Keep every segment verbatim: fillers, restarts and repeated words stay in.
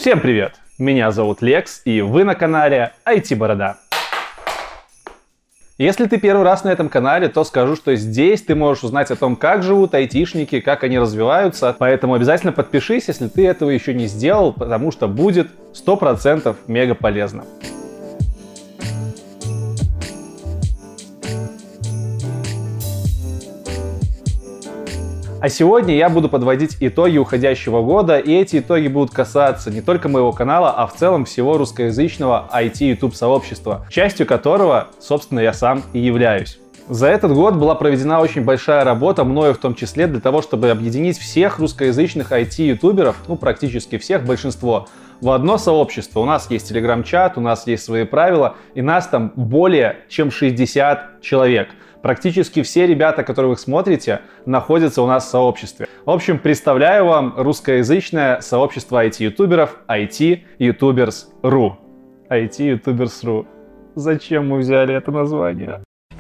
Всем привет! Меня зовут Лекс, и вы на канале ай ти-борода. Если ты первый раз на этом канале, то скажу, что здесь ты можешь узнать о том, как живут айтишники, как они развиваются. Поэтому обязательно подпишись, если ты этого еще не сделал, потому что будет сто процентов мега полезно. А сегодня я буду подводить итоги уходящего года, и эти итоги будут касаться не только моего канала, а в целом всего русскоязычного ай ти-ютуб сообщества, частью которого, собственно, я сам и являюсь. За этот год была проведена очень большая работа, мною в том числе, для того, чтобы объединить всех русскоязычных ай ти-ютуберов, ну практически всех, большинство, в одно сообщество. У нас есть телеграм-чат, у нас есть свои правила, и нас там более чем шестьдесят человек. Практически все ребята, которых вы смотрите, находятся у нас в сообществе. В общем, представляю вам русскоязычное сообщество ай ти-ютуберов ай ти-ютуберс точка ру. ай ти-ютуберс точка ру. Зачем мы взяли это название?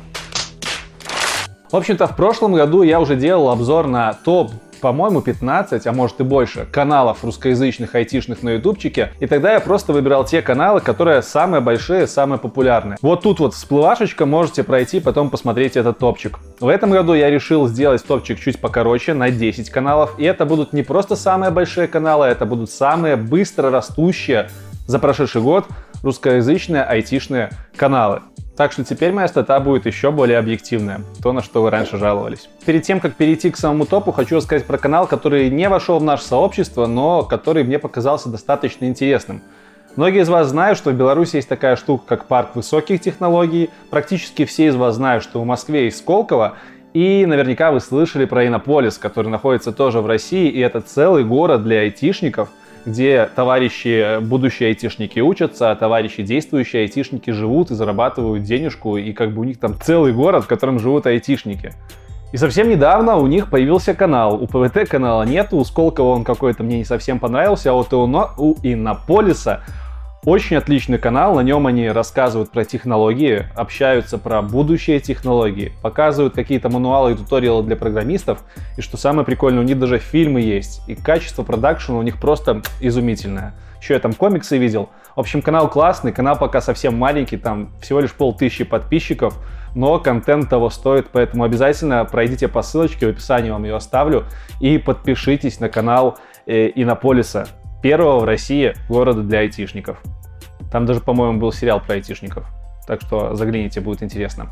В общем-то, в прошлом году я уже делал обзор на топ, по-моему, пятнадцать, а может и больше, каналов русскоязычных айтишных на ютубчике. И тогда я просто выбирал те каналы, которые самые большие, самые популярные. Вот тут вот всплывашечка, можете пройти, потом посмотреть этот топчик. В этом году я решил сделать топчик чуть покороче, на десять каналов. И это будут не просто самые большие каналы, это будут самые быстро растущие за прошедший год русскоязычные айтишные каналы. Так что теперь моя стата будет еще более объективная, то, на что вы раньше жаловались. Перед тем, как перейти к самому топу, хочу рассказать про канал, который не вошел в наше сообщество, но который мне показался достаточно интересным. Многие из вас знают, что в Беларуси есть такая штука, как парк высоких технологий. Практически все из вас знают, что в Москве есть Сколково. И наверняка вы слышали про Иннополис, который находится тоже в России, и это целый город для айтишников, где товарищи, будущие айтишники учатся, а товарищи, действующие айтишники живут и зарабатывают денежку, и как бы у них там целый город, в котором живут айтишники. И совсем недавно у них появился канал. У пэ вэ тэ канала нету, у Сколково он какой-то мне не совсем понравился, а вот у Иннополиса очень отличный канал, на нем они рассказывают про технологии, общаются про будущие технологии, показывают какие-то мануалы и туториалы для программистов, и что самое прикольное, у них даже фильмы есть, и качество продакшена у них просто изумительное. Еще я там комиксы видел. В общем, канал классный, канал пока совсем маленький, там всего лишь полтысячи подписчиков, но контент того стоит, поэтому обязательно пройдите по ссылочке, в описании вам ее оставлю, и подпишитесь на канал э, Иннополиса, первого в России города для айтишников. Там даже, по-моему, был сериал про айтишников. Так что загляните, будет интересно.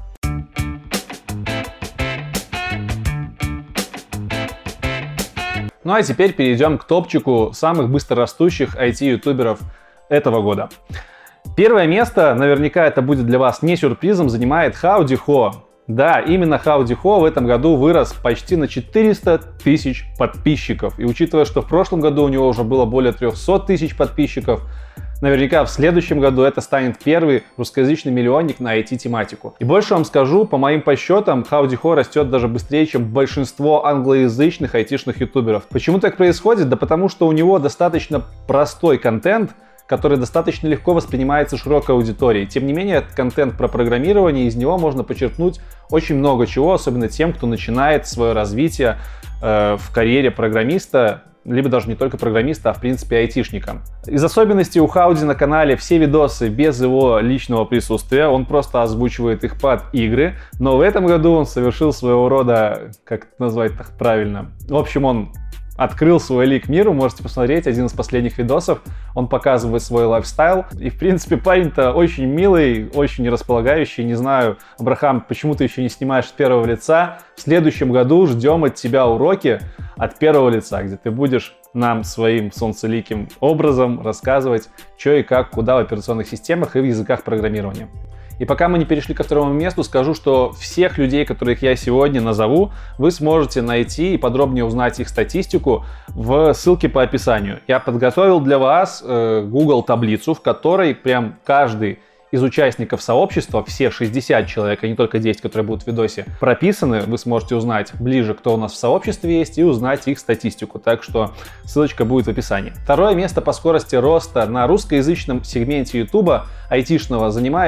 Ну а теперь перейдем к топчику самых быстрорастущих ай ти-ютуберов этого года. Первое место, наверняка это будет для вас не сюрпризом, занимает Хауди Хо. Да, именно Хауди Хо в этом году вырос почти на четыреста тысяч подписчиков. И учитывая, что в прошлом году у него уже было более триста тысяч подписчиков, наверняка в следующем году это станет первый русскоязычный миллионник на ай ти-тематику. И больше вам скажу, по моим подсчетам, Хауди Хо растет даже быстрее, чем большинство англоязычных айтишных ютуберов. Почему так происходит? Да потому что у него достаточно простой контент, который достаточно легко воспринимается широкой аудиторией. Тем не менее, этот контент про программирование, из него можно почерпнуть очень много чего, особенно тем, кто начинает свое развитие э, в карьере программиста, либо даже не только программиста, а в принципе айтишника. Из особенностей у Хауди на канале все видосы без его личного присутствия, он просто озвучивает их под игры, но в этом году он совершил своего рода, как это назвать так правильно, в общем, он открыл свой лик миру, можете посмотреть один из последних видосов, он показывает свой лайфстайл, и в принципе парень-то очень милый, очень располагающий, не знаю, Абрахам, почему ты еще не снимаешь с первого лица, в следующем году ждем от тебя уроки от первого лица, где ты будешь нам своим солнцеликим образом рассказывать, что и как, куда в операционных системах и в языках программирования. И пока мы не перешли ко второму месту, скажу, что всех людей, которых я сегодня назову, вы сможете найти и подробнее узнать их статистику в ссылке по описанию. Я подготовил для вас э, Google таблицу, в которой прям каждый из участников сообщества, все шестьдесят человек, а не только десять, которые будут в видосе, прописаны. Вы сможете узнать ближе, кто у нас в сообществе есть, и узнать их статистику. Так что ссылочка будет в описании. Второе место по скорости роста на русскоязычном сегменте YouTube айтишного занимает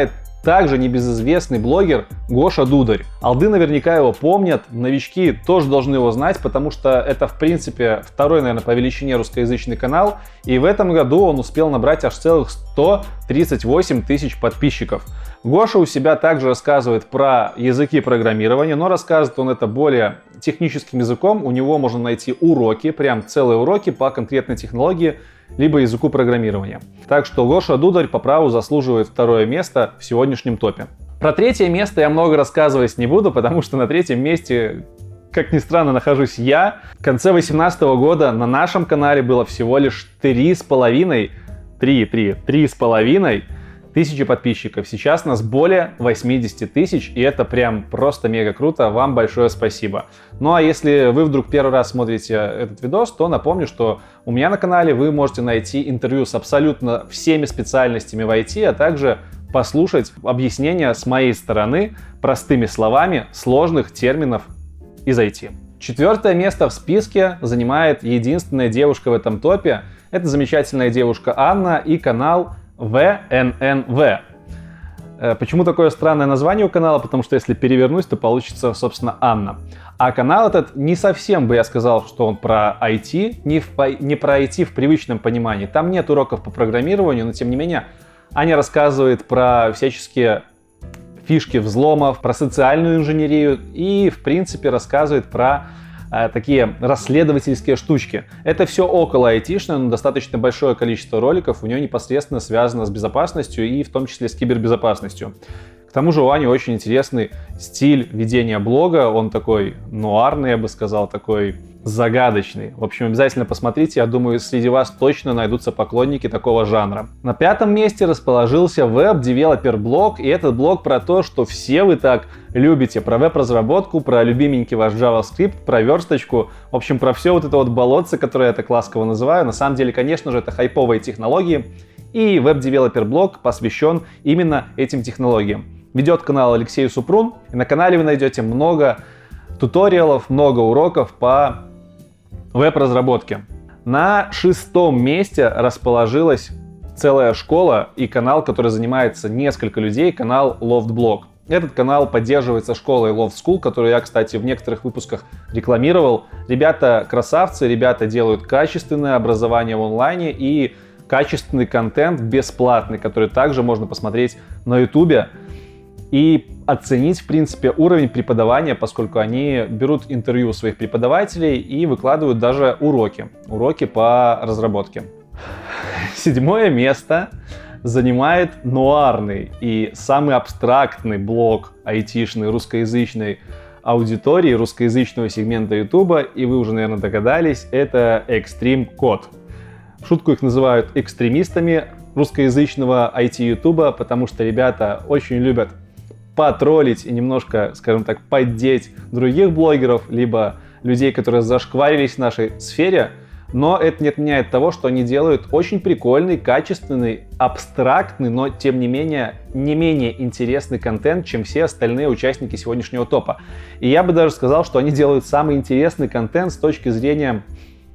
также небезызвестный блогер Гоша Дударь. Алды наверняка его помнят, новички тоже должны его знать, потому что это, в принципе, второй, наверное, по величине русскоязычный канал, и в этом году он успел набрать аж целых сто тридцать восемь тысяч подписчиков. Гоша у себя также рассказывает про языки программирования, но рассказывает он это более техническим языком. У него можно найти уроки, прям целые уроки по конкретной технологии, либо языку программирования. Так что Гоша Дударь по праву заслуживает второе место в сегодняшнем топе. Про третье место я много рассказывать не буду, потому что на третьем месте, как ни странно, нахожусь я. В конце две тысячи восемнадцатого года на нашем канале было всего лишь три с половиной, три, три, три с половиной тысячи подписчиков. Сейчас нас более восемьдесят тысяч, и это прям просто мега круто. Вам большое спасибо. Ну а если вы вдруг первый раз смотрите этот видос, то напомню, что у меня на канале вы можете найти интервью с абсолютно всеми специальностями в ай ти, а также послушать объяснения с моей стороны простыми словами сложных терминов из ай ти. Четвертое место в списке занимает единственная девушка в этом топе. Это замечательная девушка Анна и канал вэ эн эн вэ. Почему такое странное название у канала? Потому что если перевернуть, то получится, собственно, Анна. А канал этот не совсем бы я сказал, что он про ай ти, не, в, не про ай ти в привычном понимании. Там нет уроков по программированию, но тем не менее Аня рассказывает про всяческие фишки взломов, про социальную инженерию и, в принципе, рассказывает про такие расследовательские штучки. Это все около айтишное, но достаточно большое количество роликов у нее непосредственно связано с безопасностью и в том числе с кибербезопасностью. К тому же у Ани очень интересный стиль ведения блога, он такой нуарный, я бы сказал, такой загадочный. В общем, обязательно посмотрите, я думаю, среди вас точно найдутся поклонники такого жанра. На пятом месте расположился веб-девелопер-блог, и этот блог про то, что все вы так любите, про веб-разработку, про любименький ваш JavaScript, про версточку, в общем, про все вот это вот болотце, которое я так ласково называю. На самом деле, конечно же, это хайповые технологии, и веб-девелопер-блог посвящен именно этим технологиям. Ведет канал Алексей Супрун, и на канале вы найдете много туториалов, много уроков по веб-разработке. На шестом месте расположилась целая школа и канал, который занимается несколько людей, канал LoftBlog. Этот канал поддерживается школой Loft School, которую я, кстати, в некоторых выпусках рекламировал. Ребята красавцы, ребята делают качественное образование в онлайне и качественный контент бесплатный, который также можно посмотреть на YouTube и оценить, в принципе, уровень преподавания, поскольку они берут интервью у своих преподавателей и выкладывают даже уроки, уроки по разработке. Седьмое место занимает нуарный и самый абстрактный блог айтишной русскоязычной аудитории, русскоязычного сегмента YouTube, и вы уже, наверное, догадались, это Extreme Code. В шутку их называют экстремистами русскоязычного ай ти YouTube, потому что ребята очень любят потроллить и немножко, скажем так, поддеть других блогеров, либо людей, которые зашкварились в нашей сфере, но это не отменяет того, что они делают очень прикольный, качественный, абстрактный, но тем не менее не менее интересный контент, чем все остальные участники сегодняшнего топа. И я бы даже сказал, что они делают самый интересный контент с точки зрения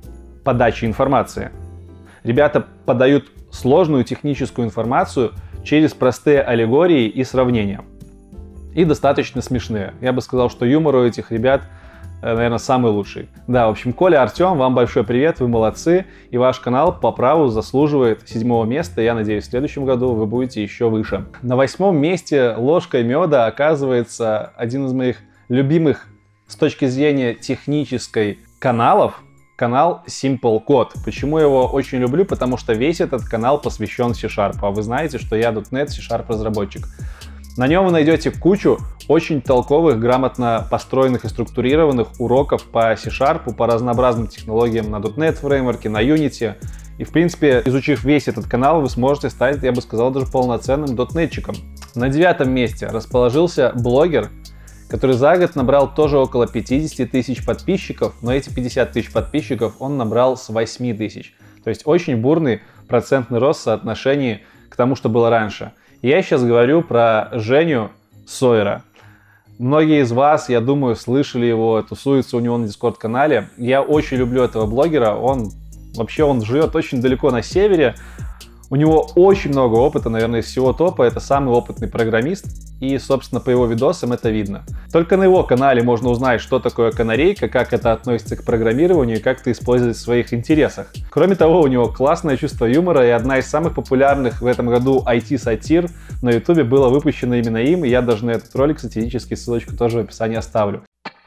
подачи информации. Ребята подают сложную техническую информацию через простые аллегории и сравнения. И достаточно смешные. Я бы сказал, что юмор у этих ребят, наверное, самый лучший. Да, в общем, Коля, Артем, вам большой привет, вы молодцы. И ваш канал по праву заслуживает седьмого места. Я надеюсь, в следующем году вы будете еще выше. На восьмом месте ложкой меда оказывается один из моих любимых с точки зрения технической каналов. Канал Simple Code. Почему я его очень люблю? Потому что весь этот канал посвящен C-Sharp. А вы знаете, что я .дот нет C-Sharp разработчик. На нем вы найдете кучу очень толковых, грамотно построенных и структурированных уроков по C-Sharp, по разнообразным технологиям на .дот нет фреймворке, на Unity. И, в принципе, изучив весь этот канал, вы сможете стать, я бы сказал, даже полноценным дотнетчиком. На девятом месте расположился блогер, который за год набрал тоже около пятьдесят тысяч подписчиков, но эти пятьдесят тысяч подписчиков он набрал с восемь тысяч. То есть очень бурный процентный рост в соотношении к тому, что было раньше. Я сейчас говорю про Женю Сойера. Многие из вас, я думаю, слышали его, тусуется у него на Discord-канале. Я очень люблю этого блогера. Он вообще он живет очень далеко на севере. У него очень много опыта, наверное, из всего топа. Это самый опытный программист. И, собственно, по его видосам это видно. Только на его канале можно узнать, что такое канарейка, как это относится к программированию и как это использовать в своих интересах. Кроме того, у него классное чувство юмора, и одна из самых популярных в этом году ай ти-сатир на ютубе была выпущена именно им, и я даже на этот ролик статистически ссылочку тоже в описании оставлю.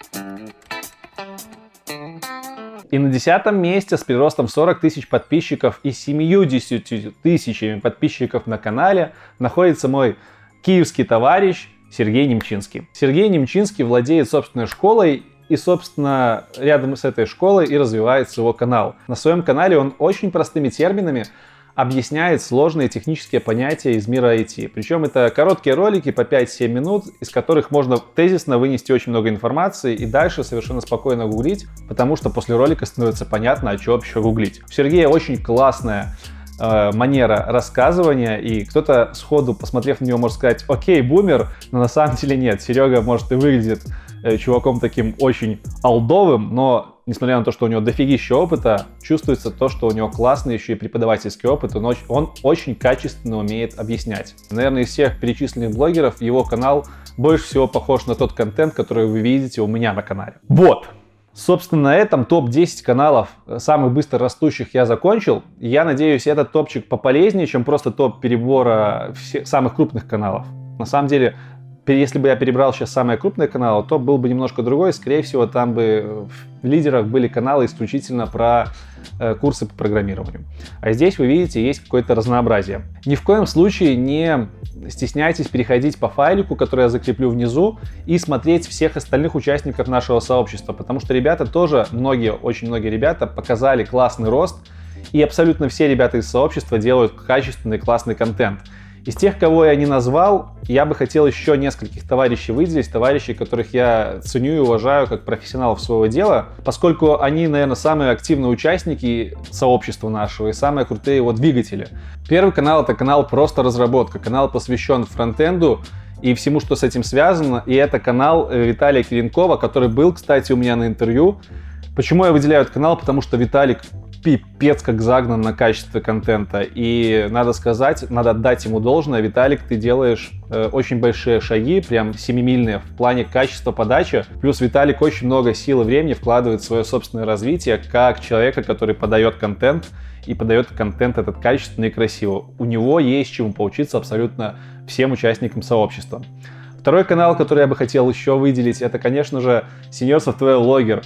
И на десятом месте с приростом сорок тысяч подписчиков и семьюдесятью тысячами подписчиков на канале находится мой киевский товарищ Сергей Немчинский. Сергей Немчинский владеет собственной школой, и, собственно, рядом с этой школой и развивается его канал. На своем канале он очень простыми терминами объясняет сложные технические понятия из мира ай ти. Причем это короткие ролики по пять-семь минут, из которых можно тезисно вынести очень много информации и дальше совершенно спокойно гуглить, потому что после ролика становится понятно, о чем еще гуглить. У Сергея очень классная э, манера рассказывания, и кто-то сходу, посмотрев на него, может сказать: окей, бумер, но на самом деле нет. Серега, может, и выглядит э, чуваком таким очень олдовым, но несмотря на то, что у него дофигища опыта, чувствуется то, что у него классный еще и преподавательский опыт, он очень, он очень качественно умеет объяснять. Наверное, из всех перечисленных блогеров его канал больше всего похож на тот контент, который вы видите у меня на канале. Вот. Собственно, на этом топ десять каналов самых быстро растущих я закончил. Я надеюсь, этот топчик пополезнее, чем просто топ перебора всех самых крупных каналов. На самом деле, если бы я перебрал сейчас самые крупные каналы, то был бы немножко другой. Скорее всего, там бы в лидерах были каналы исключительно про э, курсы по программированию. А здесь, вы видите, есть какое-то разнообразие. Ни в коем случае не стесняйтесь переходить по файлику, который я закреплю внизу, и смотреть всех остальных участников нашего сообщества. Потому что ребята тоже, многие, очень многие ребята показали классный рост. И абсолютно все ребята из сообщества делают качественный, классный контент. Из тех, кого я не назвал, я бы хотел еще нескольких товарищей выделить, товарищей, которых я ценю и уважаю как профессионалов своего дела, поскольку они, наверное, самые активные участники сообщества нашего и самые крутые его двигатели. Первый канал — это канал «Просто разработка», канал посвящен фронтенду и всему, что с этим связано, и это канал Виталия Киренкова, который был, кстати, у меня на интервью. Почему я выделяю этот канал? Потому что Виталик пипец как загнан на качестве контента, и надо сказать, надо отдать ему должное. Виталик, ты делаешь э, очень большие шаги, прям семимильные в плане качества подачи, плюс Виталик очень много сил и времени вкладывает в свое собственное развитие как человека, который подает контент, и подает контент этот качественно и красиво. У него есть чему поучиться абсолютно всем участникам сообщества. Второй канал, который я бы хотел еще выделить, это, конечно же, Senior Software Logger.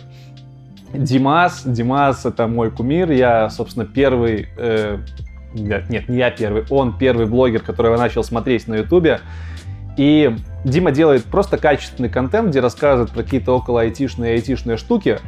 Димас, Димас — это мой кумир, я, собственно, первый, э, нет, не я первый, он первый блогер, которого я начал смотреть на ютубе, и Дима делает просто качественный контент, где рассказывает про какие-то около айтишные и айтишные штуки,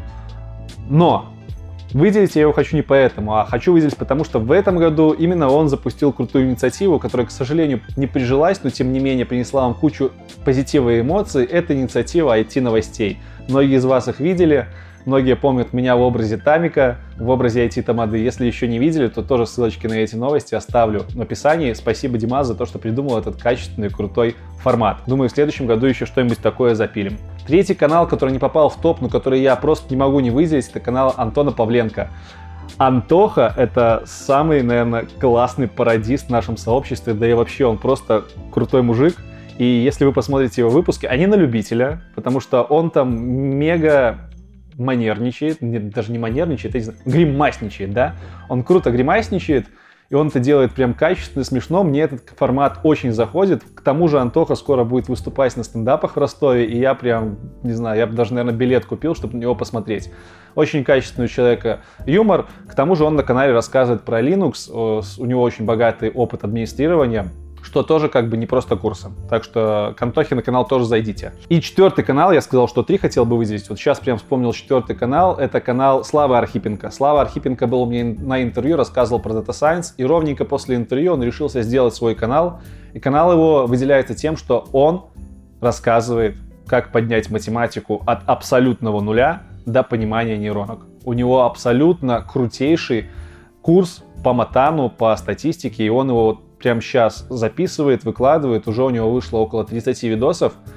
но выделить я его хочу не поэтому, а хочу выделить потому, что в этом году именно он запустил крутую инициативу, которая, к сожалению, не прижилась, но тем не менее принесла вам кучу позитива и эмоций. Это инициатива ай ти-новостей. Многие из вас их видели. Многие помнят меня в образе Тамика, в образе ай ти-тамады. Если еще не видели, то тоже ссылочки на эти новости оставлю в описании. Спасибо, Димас, за то, что придумал этот качественный, крутой формат. Думаю, в следующем году еще что-нибудь такое запилим. Третий канал, который не попал в топ, но который я просто не могу не выделить, это канал Антона Павленко. Антоха — это самый, наверное, классный пародист в нашем сообществе, да и вообще он просто крутой мужик. И если вы посмотрите его выпуски, они на любителя, потому что он там мега манерничает, нет, даже не манерничает, а гримасничает, да? Он круто гримасничает, и он это делает прям качественно, смешно. Мне этот формат очень заходит. К тому же Антоха скоро будет выступать на стендапах в Ростове, и я прям, не знаю, я бы даже, наверное, билет купил, чтобы на него посмотреть. Очень качественный у человека юмор. К тому же он на канале рассказывает про Linux, у него очень богатый опыт администрирования, что тоже как бы не просто курсы. Так что к Антохе на канал тоже зайдите. И четвертый канал, я сказал, что три хотел бы выделить. Вот сейчас прям вспомнил четвертый канал. Это канал Славы Архипенко. Слава Архипенко был у меня на интервью, рассказывал про Data Science. И ровненько после интервью он решился сделать свой канал. И канал его выделяется тем, что он рассказывает, как поднять математику от абсолютного нуля до понимания нейронок. У него абсолютно крутейший курс по матану, по статистике, и он его прямо сейчас записывает, выкладывает, уже у него вышло около тридцати видосов.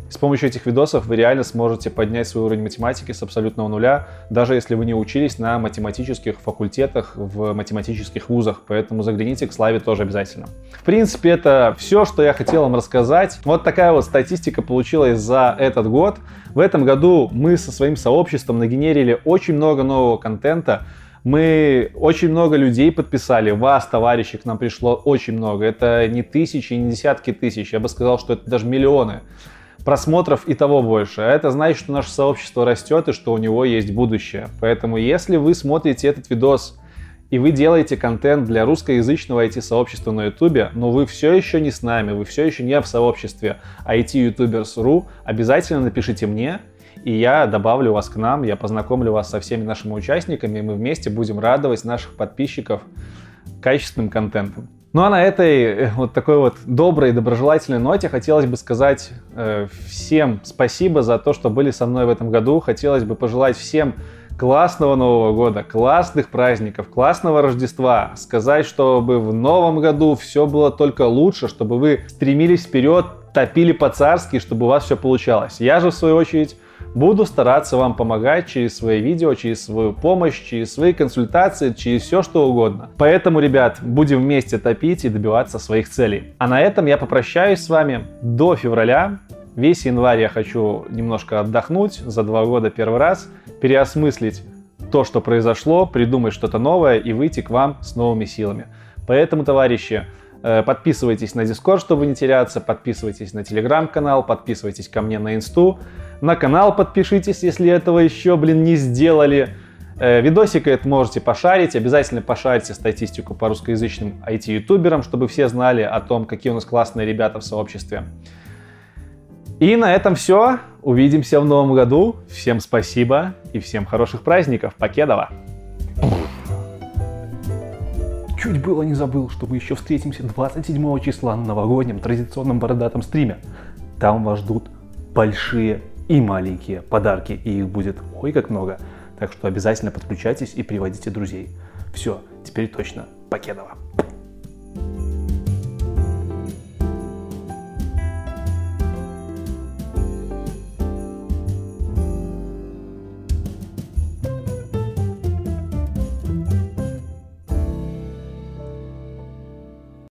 С помощью этих видосов вы реально сможете поднять свой уровень математики с абсолютного нуля, даже если вы не учились на математических факультетах в математических вузах, поэтому загляните к Славе тоже обязательно. В принципе, это все, что я хотел вам рассказать. Вот такая вот статистика получилась за этот год. В этом году мы со своим сообществом нагенерили очень много нового контента. Мы очень много людей подписали, вас, товарищи, к нам пришло очень много. Это не тысячи, не десятки тысяч, я бы сказал, что это даже миллионы просмотров и того больше. А это значит, что наше сообщество растет и что у него есть будущее. Поэтому, если вы смотрите этот видос и вы делаете контент для русскоязычного ай ти-сообщества на YouTube, но вы все еще не с нами, вы все еще не в сообществе ай ти ютуберс точка ру, обязательно напишите мне, и я добавлю вас к нам, я познакомлю вас со всеми нашими участниками, и мы вместе будем радовать наших подписчиков качественным контентом. Ну а на этой вот такой вот доброй и доброжелательной ноте хотелось бы сказать э, всем спасибо за то, что были со мной в этом году. Хотелось бы пожелать всем классного Нового года, классных праздников, классного Рождества. Сказать, чтобы в новом году все было только лучше, чтобы вы стремились вперед, топили по-царски, чтобы у вас все получалось. Я же, в свою очередь, буду стараться вам помогать через свои видео, через свою помощь, через свои консультации, через все что угодно. Поэтому, ребят, будем вместе топить и добиваться своих целей. А на этом я попрощаюсь с вами до февраля. Весь январь я хочу немножко отдохнуть, за два года первый раз, переосмыслить то, что произошло, придумать что-то новое и выйти к вам с новыми силами. Поэтому, товарищи, подписывайтесь на Discord, чтобы не теряться, подписывайтесь на Telegram-канал, подписывайтесь ко мне на Инсту, на канал подпишитесь, если этого еще, блин, не сделали. Видосик этот можете пошарить, обязательно пошарьте статистику по русскоязычным ай ти-ютуберам, чтобы все знали о том, какие у нас классные ребята в сообществе. И на этом все. Увидимся в новом году. Всем спасибо и всем хороших праздников. Покедова! Чуть было не забыл, что мы еще встретимся двадцать седьмого числа на новогоднем традиционном бородатом стриме. Там вас ждут большие и маленькие подарки, и их будет ой как много. Так что обязательно подключайтесь и приводите друзей. Все, теперь точно покедова.